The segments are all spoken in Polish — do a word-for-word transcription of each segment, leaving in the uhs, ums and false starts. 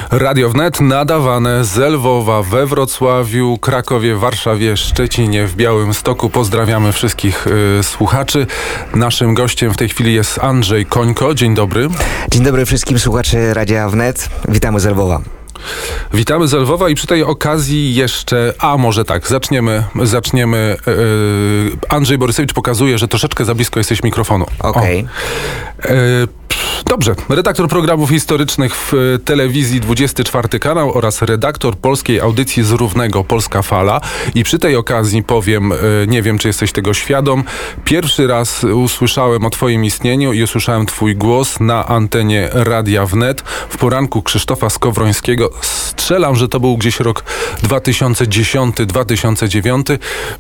Radio Wnet nadawane z Lwowa we Wrocławiu, Krakowie, Warszawie, Szczecinie, w Białymstoku. Pozdrawiamy wszystkich y, słuchaczy. Naszym gościem w tej chwili jest Andrzej Końko. Dzień dobry. Dzień dobry wszystkim słuchaczy Radia Wnet. Witamy z Lwowa. Witamy z Lwowa i przy tej okazji jeszcze, a może tak, zaczniemy, zaczniemy. Yy, Andrzej Borysewicz pokazuje, że troszeczkę za blisko jesteś mikrofonu. Okej. Okay. Yy, Dobrze. Redaktor programów historycznych w telewizji dwudziesty czwarty kanał oraz redaktor polskiej audycji z Równego Polska Fala. I przy tej okazji powiem, nie wiem, czy jesteś tego świadom, pierwszy raz usłyszałem o twoim istnieniu i usłyszałem twój głos na antenie Radia Wnet w poranku Krzysztofa Skowrońskiego. Strzelam, że to był gdzieś rok dwa tysiące dziesiąty dwa tysiące dziewiąty.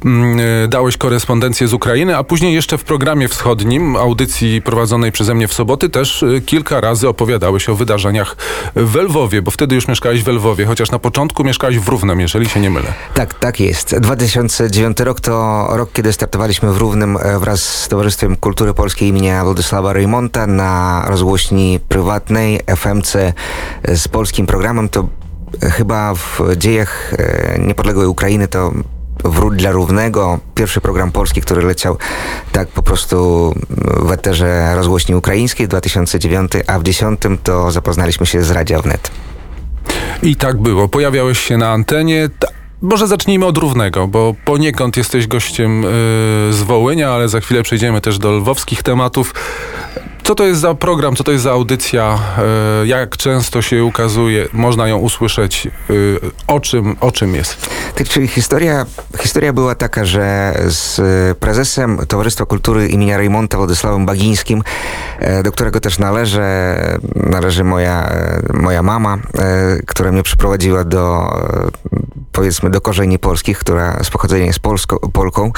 Dałeś korespondencję z Ukrainy, a później jeszcze w programie wschodnim, audycji prowadzonej przeze mnie w soboty, też kilka razy opowiadałeś o wydarzeniach w Lwowie, bo wtedy już mieszkałeś w Lwowie, chociaż na początku mieszkałeś w Równem, jeżeli się nie mylę. Tak, tak jest. dwa tysiące dziewiąty rok to rok, kiedy startowaliśmy w Równym wraz z Towarzystwem Kultury Polskiej imienia Władysława Reymonta na rozgłośni prywatnej F M C z polskim programem. To chyba w dziejach niepodległej Ukrainy to Wróć dla Równego, pierwszy program polski, który leciał tak po prostu w eterze rozgłośni ukraińskiej w dwa tysiące dziewiątym, a w dziesiątym to zapoznaliśmy się z Radia Wnet. I tak było. Pojawiałeś się na antenie. Może zacznijmy od Równego, bo poniekąd jesteś gościem yy, z Wołynia, ale za chwilę przejdziemy też do lwowskich tematów. Co to jest za program, co to jest za audycja, yy, jak często się ukazuje, można ją usłyszeć, yy, o czym, o czym jest? Tak, czyli historia, historia była taka, że z prezesem Towarzystwa Kultury imienia Reymonta Władysławem Bagińskim, do którego też należy, należy moja, moja mama, która mnie przyprowadziła do, powiedzmy, do korzeni polskich, która z pochodzenia jest Polsko, Polką.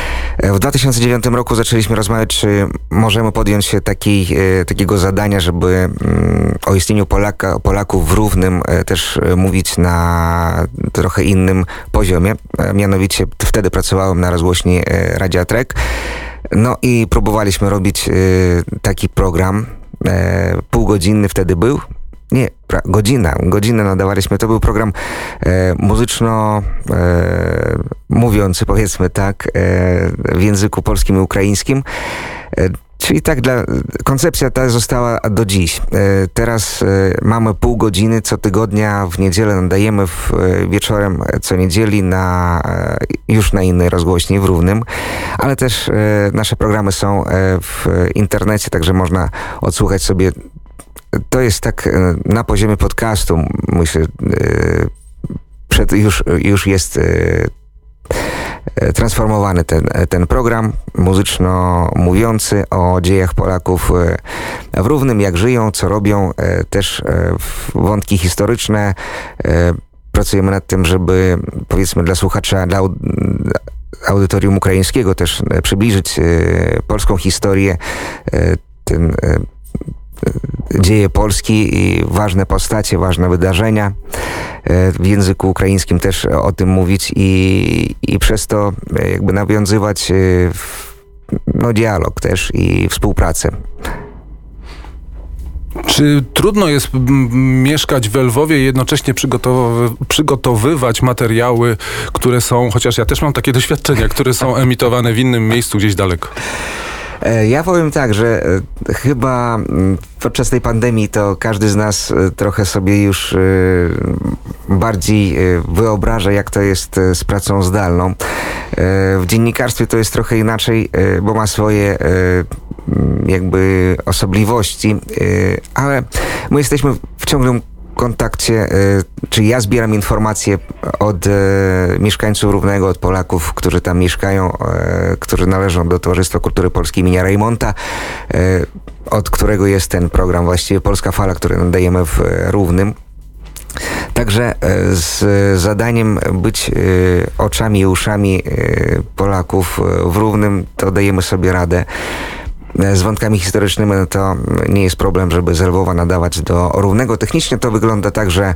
W dwa tysiące dziewiątym roku zaczęliśmy rozmawiać, czy możemy podjąć się takiej, takiego zadania, żeby o istnieniu Polaka, Polaków w Równym też mówić na trochę innym poziomie. Mianowicie wtedy pracowałem na rozgłośni Radia Trek. No i próbowaliśmy robić taki program. Półgodzinny wtedy był. Nie, pra, godzina. Godzinę nadawaliśmy. To był program e, muzyczno e, mówiący, powiedzmy tak, e, w języku polskim i ukraińskim. E, czyli tak, dla, koncepcja ta została do dziś. E, teraz e, mamy pół godziny co tygodnia, w niedzielę nadajemy w, e, wieczorem co niedzieli na, e, już na innej rozgłośni w Równym, ale też e, nasze programy są e, w internecie, także można odsłuchać sobie. To jest tak na poziomie podcastu, myślę, przed, już, już jest transformowany ten, ten program muzyczno mówiący o dziejach Polaków w Równym, jak żyją, co robią, też wątki historyczne. Pracujemy nad tym, żeby, powiedzmy, dla słuchacza, dla audytorium ukraińskiego też przybliżyć polską historię, ten dzieje Polski i ważne postacie, ważne wydarzenia. W języku ukraińskim też o tym mówić i, i przez to jakby nawiązywać no, dialog też i współpracę. Czy trudno jest m- mieszkać w Lwowie i jednocześnie przygotowy- przygotowywać materiały, które są, chociaż ja też mam takie doświadczenia, które są emitowane w innym miejscu gdzieś daleko? Ja powiem tak, że chyba podczas tej pandemii to każdy z nas trochę sobie już bardziej wyobraża, jak to jest z pracą zdalną. W dziennikarstwie to jest trochę inaczej, bo ma swoje jakby osobliwości, ale my jesteśmy w ciągłym kontakcie, czy ja zbieram informacje od mieszkańców Równego, od Polaków, którzy tam mieszkają, którzy należą do Towarzystwa Kultury Polskiej imienia Reymonta, od którego jest ten program właściwie Polska Fala, który nadajemy w Równym. Także z zadaniem być oczami i uszami Polaków w Równym to dajemy sobie radę. z wątkami historycznymi, no to nie jest problem, żeby z Lwowa nadawać do Równego. Technicznie to wygląda tak, że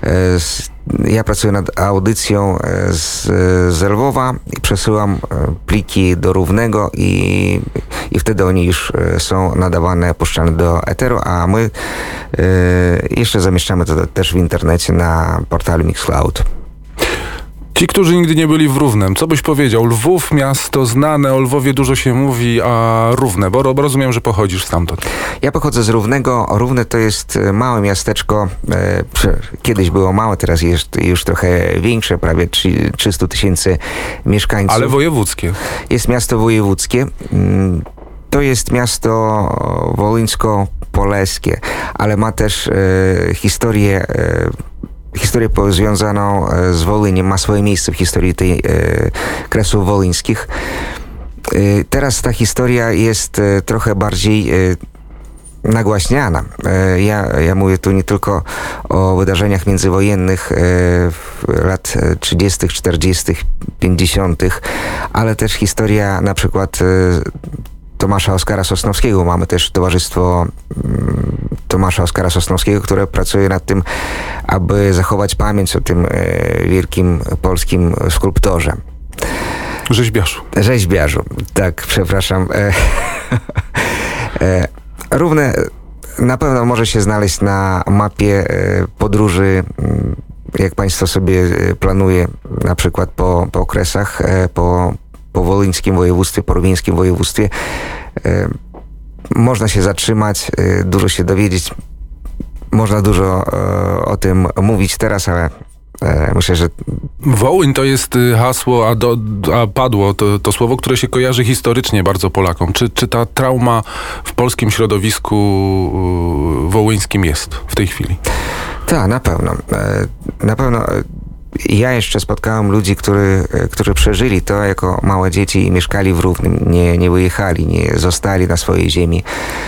ja pracuję nad audycją z, z Lwowa i przesyłam pliki do Równego i, i wtedy oni już są nadawane, puszczane do eteru, a my jeszcze zamieszczamy to też w internecie na portalu Mixcloud. Ci, którzy nigdy nie byli w Równem, co byś powiedział? Lwów, miasto znane, o Lwowie dużo się mówi, a Równe, bo rozumiem, że pochodzisz stamtąd. Ja pochodzę z Równego. Równe to jest małe miasteczko. Kiedyś było małe, teraz jest już trochę większe, prawie trzysta tysięcy mieszkańców. Ale wojewódzkie. Jest miasto wojewódzkie. To jest miasto wołyńsko-polskie, ale ma też historię Historię związaną z Wolyniem, ma swoje miejsce w historii tej e, Kresów Wołyńskich. E, teraz ta historia jest e, trochę bardziej e, nagłaśniana. E, ja, ja mówię tu nie tylko o wydarzeniach międzywojennych e, w lat trzydziestych, czterdziestych, pięćdziesiątych, ale też historia na przykład e, Tomasza Oskara Sosnowskiego. Mamy też Towarzystwo Tomasza Oskara Sosnowskiego, które pracuje nad tym, aby zachować pamięć o tym e, wielkim polskim skulptorze. Rzeźbiarzu. Rzeźbiarzu, tak, przepraszam. E, e, Równe na pewno może się znaleźć na mapie e, podróży, jak państwo sobie planuje, na przykład po, po okresach, e, po po wolyńskim województwie, po rówieńskim województwie. E, można się zatrzymać, e, dużo się dowiedzieć. Można dużo e, o tym mówić teraz, ale e, myślę, że... Wołyń to jest hasło, a, do, a padło to, to słowo, które się kojarzy historycznie bardzo Polakom. Czy, czy ta trauma w polskim środowisku wołyńskim jest w tej chwili? Tak, na pewno. E, na pewno... Ja jeszcze spotkałem ludzi, którzy, którzy przeżyli to jako małe dzieci i mieszkali w Równym, nie, nie wyjechali, nie zostali na swojej ziemi.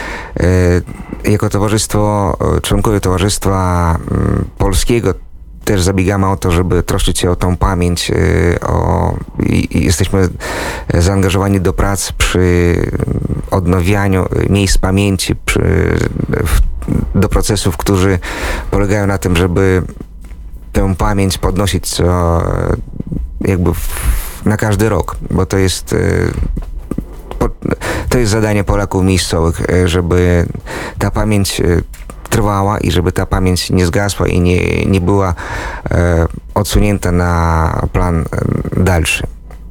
E, jako towarzystwo, członkowie Towarzystwa Polskiego też zabiegamy o to, żeby troszczyć się o tą pamięć, e, o, i, i jesteśmy zaangażowani do prac przy odnawianiu miejsc pamięci, przy, w, do procesów, które polegają na tym, żeby tę pamięć podnosić co jakby w, na każdy rok, bo to jest po, to jest zadanie Polaków miejscowych, żeby ta pamięć trwała i żeby ta pamięć nie zgasła i nie, nie była e, odsunięta na plan dalszy.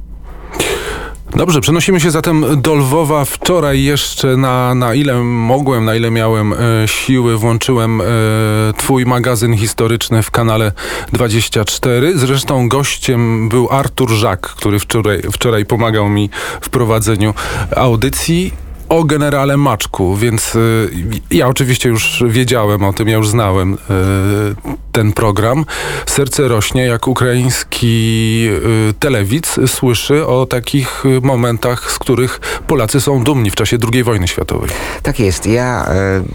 Dobrze, przenosimy się zatem do Lwowa. Wczoraj jeszcze na, na ile mogłem, na ile miałem e, siły, włączyłem e, twój magazyn historyczny w kanale dwadzieścia cztery. Zresztą gościem był Artur Żak, który wczoraj, wczoraj pomagał mi w prowadzeniu audycji o generale Maczku, więc y, ja oczywiście już wiedziałem o tym, ja już znałem y, ten program. Serce rośnie, jak ukraiński y, telewidz słyszy o takich momentach, z których Polacy są dumni w czasie drugiej wojny światowej. Tak jest. Ja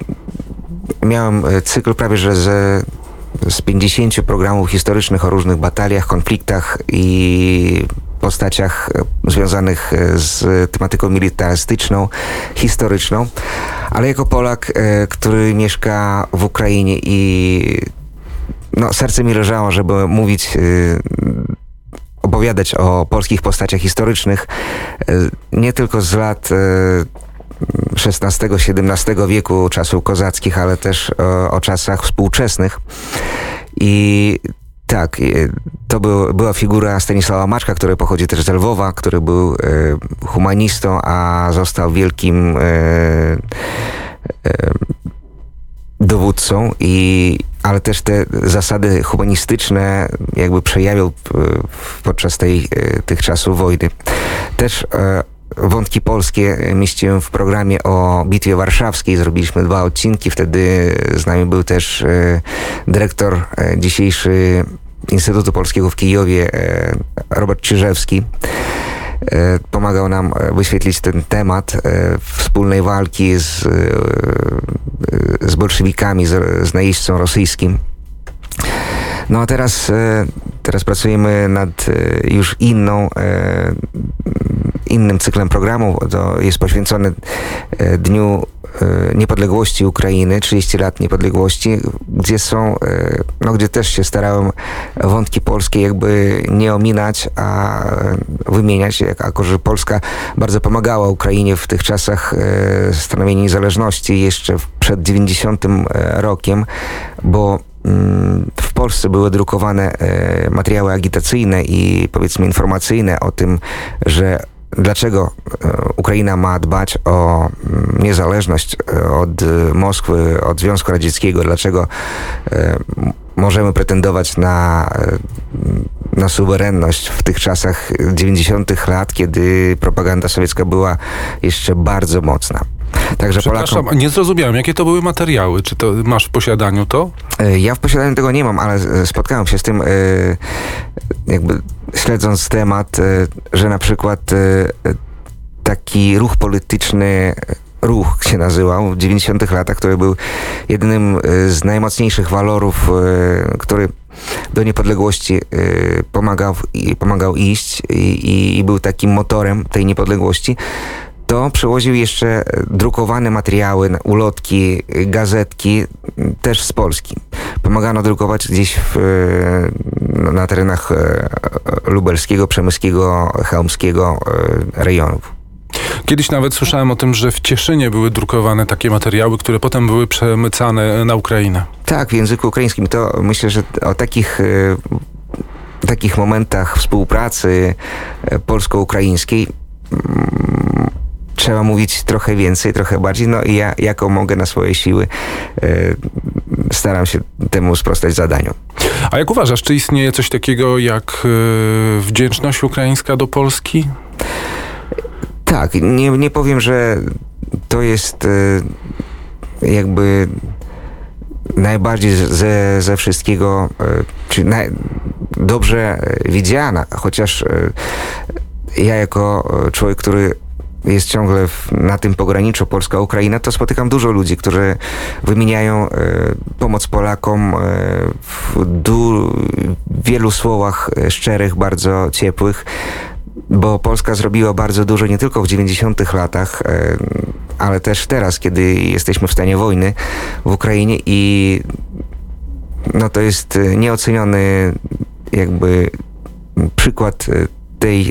y, miałem cykl prawie, że ze z pięćdziesięciu programów historycznych o różnych bataliach, konfliktach i postaciach związanych z tematyką militarystyczną, historyczną, ale jako Polak, który mieszka w Ukrainie i no, serce mi leżało, żeby mówić, opowiadać o polskich postaciach historycznych, nie tylko z lat szesnastego siedemnastego wieku, czasów kozackich, ale też o, o czasach współczesnych. I tak, to był, była figura Stanisława Maczka, który pochodzi też z Lwowa, który był e, humanistą, a został wielkim e, e, dowódcą, i, ale też te zasady humanistyczne jakby przejawił podczas tej, tych czasów wojny. Też e, wątki polskie mieściłem w programie o Bitwie Warszawskiej. Zrobiliśmy dwa odcinki. Wtedy z nami był też e, dyrektor e, dzisiejszy Instytutu Polskiego w Kijowie, e, Robert Czyżewski. E, pomagał nam wyświetlić ten temat e, wspólnej walki z, e, z bolszewikami, z, z najeźdźcą rosyjskim. No a teraz, teraz pracujemy nad już inną, innym cyklem programu. To jest poświęcony Dniu Niepodległości Ukrainy, trzydzieści lat niepodległości, gdzie są, no gdzie też się starałem wątki polskie jakby nie ominać, a wymieniać, jako że Polska bardzo pomagała Ukrainie w tych czasach stanowienia niezależności jeszcze przed dziewięćdziesiątym rokiem, bo w Polsce były drukowane materiały agitacyjne i powiedzmy informacyjne o tym, że dlaczego Ukraina ma dbać o niezależność od Moskwy, od Związku Radzieckiego, dlaczego możemy pretendować na, na suwerenność w tych czasach dziewięćdziesiątych lat, kiedy propaganda sowiecka była jeszcze bardzo mocna. Także Przepraszam, Polakom... nie zrozumiałem, jakie to były materiały? Czy to masz w posiadaniu to? Ja w posiadaniu tego nie mam, ale spotkałem się z tym, jakby śledząc temat, że na przykład taki ruch polityczny, ruch się nazywał w dziewięćdziesiątych latach, który był jednym z najmocniejszych walorów, który do niepodległości pomagał, pomagał iść i, i był takim motorem tej niepodległości, to przewoził jeszcze drukowane materiały, ulotki, gazetki też z Polski. Pomagano drukować gdzieś w, na terenach lubelskiego, przemyskiego, chełmskiego rejonów. Kiedyś nawet słyszałem o tym, że w Cieszynie były drukowane takie materiały, które potem były przemycane na Ukrainę. Tak, w języku ukraińskim. To myślę, że o takich takich momentach współpracy polsko-ukraińskiej trzeba mówić trochę więcej, trochę bardziej. No i ja, jako mogę na swoje siły, y, staram się temu sprostać zadaniu. A jak uważasz, czy istnieje coś takiego jak y, wdzięczność ukraińska do Polski? Tak, nie, nie powiem, że to jest y, jakby najbardziej ze, ze wszystkiego, y, czy naj, dobrze widziana, chociaż y, ja jako człowiek, który jest ciągle w, na tym pograniczu Polska-Ukraina, to spotykam dużo ludzi, którzy wymieniają e, pomoc Polakom e, w du, wielu słowach szczerych, bardzo ciepłych, bo Polska zrobiła bardzo dużo nie tylko w dziewięćdziesiątych latach, e, ale też teraz, kiedy jesteśmy w stanie wojny w Ukrainie i no to jest nieoceniony jakby przykład tej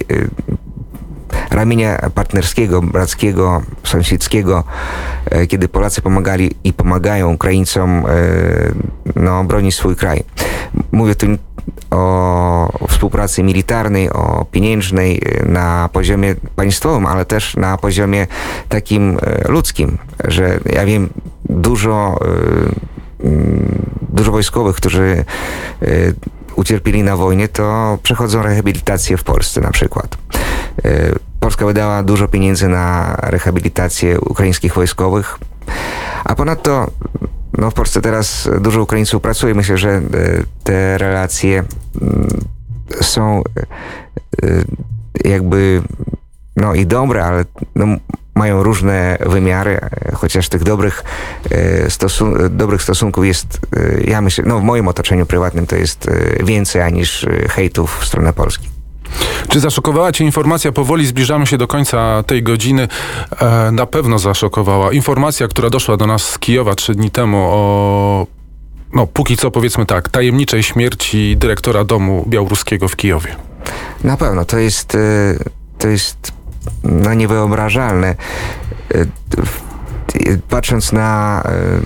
ramienia partnerskiego, brackiego, sąsiedzkiego, kiedy Polacy pomagali i pomagają Ukraińcom no, bronić swój kraj. Mówię tu o współpracy militarnej, o pieniężnej na poziomie państwowym, ale też na poziomie takim ludzkim, że ja wiem dużo, dużo wojskowych, którzy ucierpieli na wojnie, to przechodzą rehabilitację w Polsce na przykład. Polska wydała dużo pieniędzy na rehabilitację ukraińskich wojskowych, a ponadto no, w Polsce teraz dużo Ukraińców pracuje. Myślę, że te relacje są jakby no i dobre, ale no, mają różne wymiary, chociaż tych dobrych, stosun- dobrych stosunków jest, ja myślę, no w moim otoczeniu prywatnym to jest więcej niż hejtów w stronę Polski. Czy zaszokowała cię informacja, powoli zbliżamy się do końca tej godziny, e, na pewno zaszokowała informacja, która doszła do nas z Kijowa trzy dni temu o, no póki co powiedzmy tak, tajemniczej śmierci dyrektora domu białoruskiego w Kijowie? Na pewno, to jest, to jest no niewyobrażalne. Patrząc na,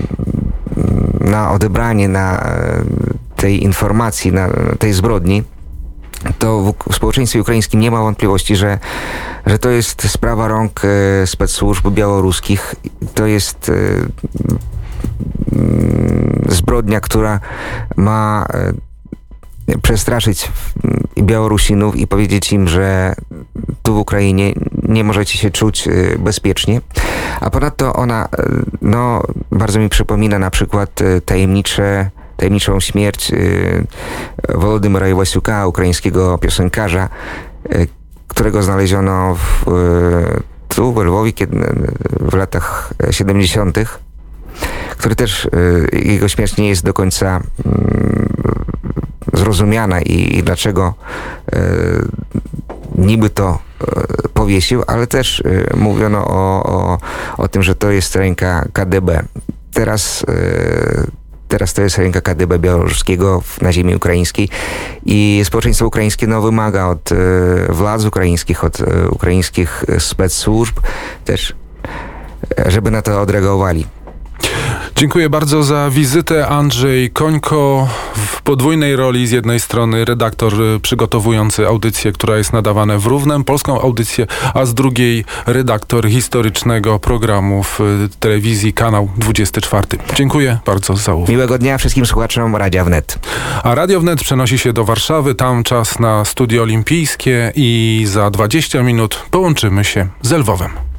na odebranie na tej informacji, na tej zbrodni, to w społeczeństwie ukraińskim nie ma wątpliwości, że, że to jest sprawa rąk e, specsłużb białoruskich. To jest e, zbrodnia, która ma e, przestraszyć Białorusinów i powiedzieć im, że tu w Ukrainie nie możecie się czuć e, bezpiecznie. A ponadto ona e, no, bardzo mi przypomina na przykład e, tajemnicze tajemniczą śmierć y, Wolodymyra Iwasiuka, ukraińskiego piosenkarza, y, którego znaleziono w, y, tu w Lwowie kiedy, w latach siedemdziesiątych, który też, y, jego śmierć nie jest do końca y, zrozumiana i, i dlaczego y, niby to e, powiesił, ale też e, mówiono o, o, o tym, że to jest ręka K D B. Teraz e, Teraz to jest ręka K D B białoruskiego na ziemi ukraińskiej i społeczeństwo ukraińskie no, wymaga od e, władz ukraińskich, od e, ukraińskich spec-służb też, e, żeby na to odreagowali. Dziękuję bardzo za wizytę. Andrzej Końko w podwójnej roli. Z jednej strony redaktor przygotowujący audycję, która jest nadawana w Równem, polską audycję, a z drugiej redaktor historycznego programu w telewizji Kanał dwudziesty czwarty. Dziękuję bardzo za uwagę. Miłego dnia wszystkim słuchaczom Radia Wnet. A Radio Wnet przenosi się do Warszawy. Tam czas na Studio Olimpijskie i za dwadzieścia minut połączymy się z Lwowem.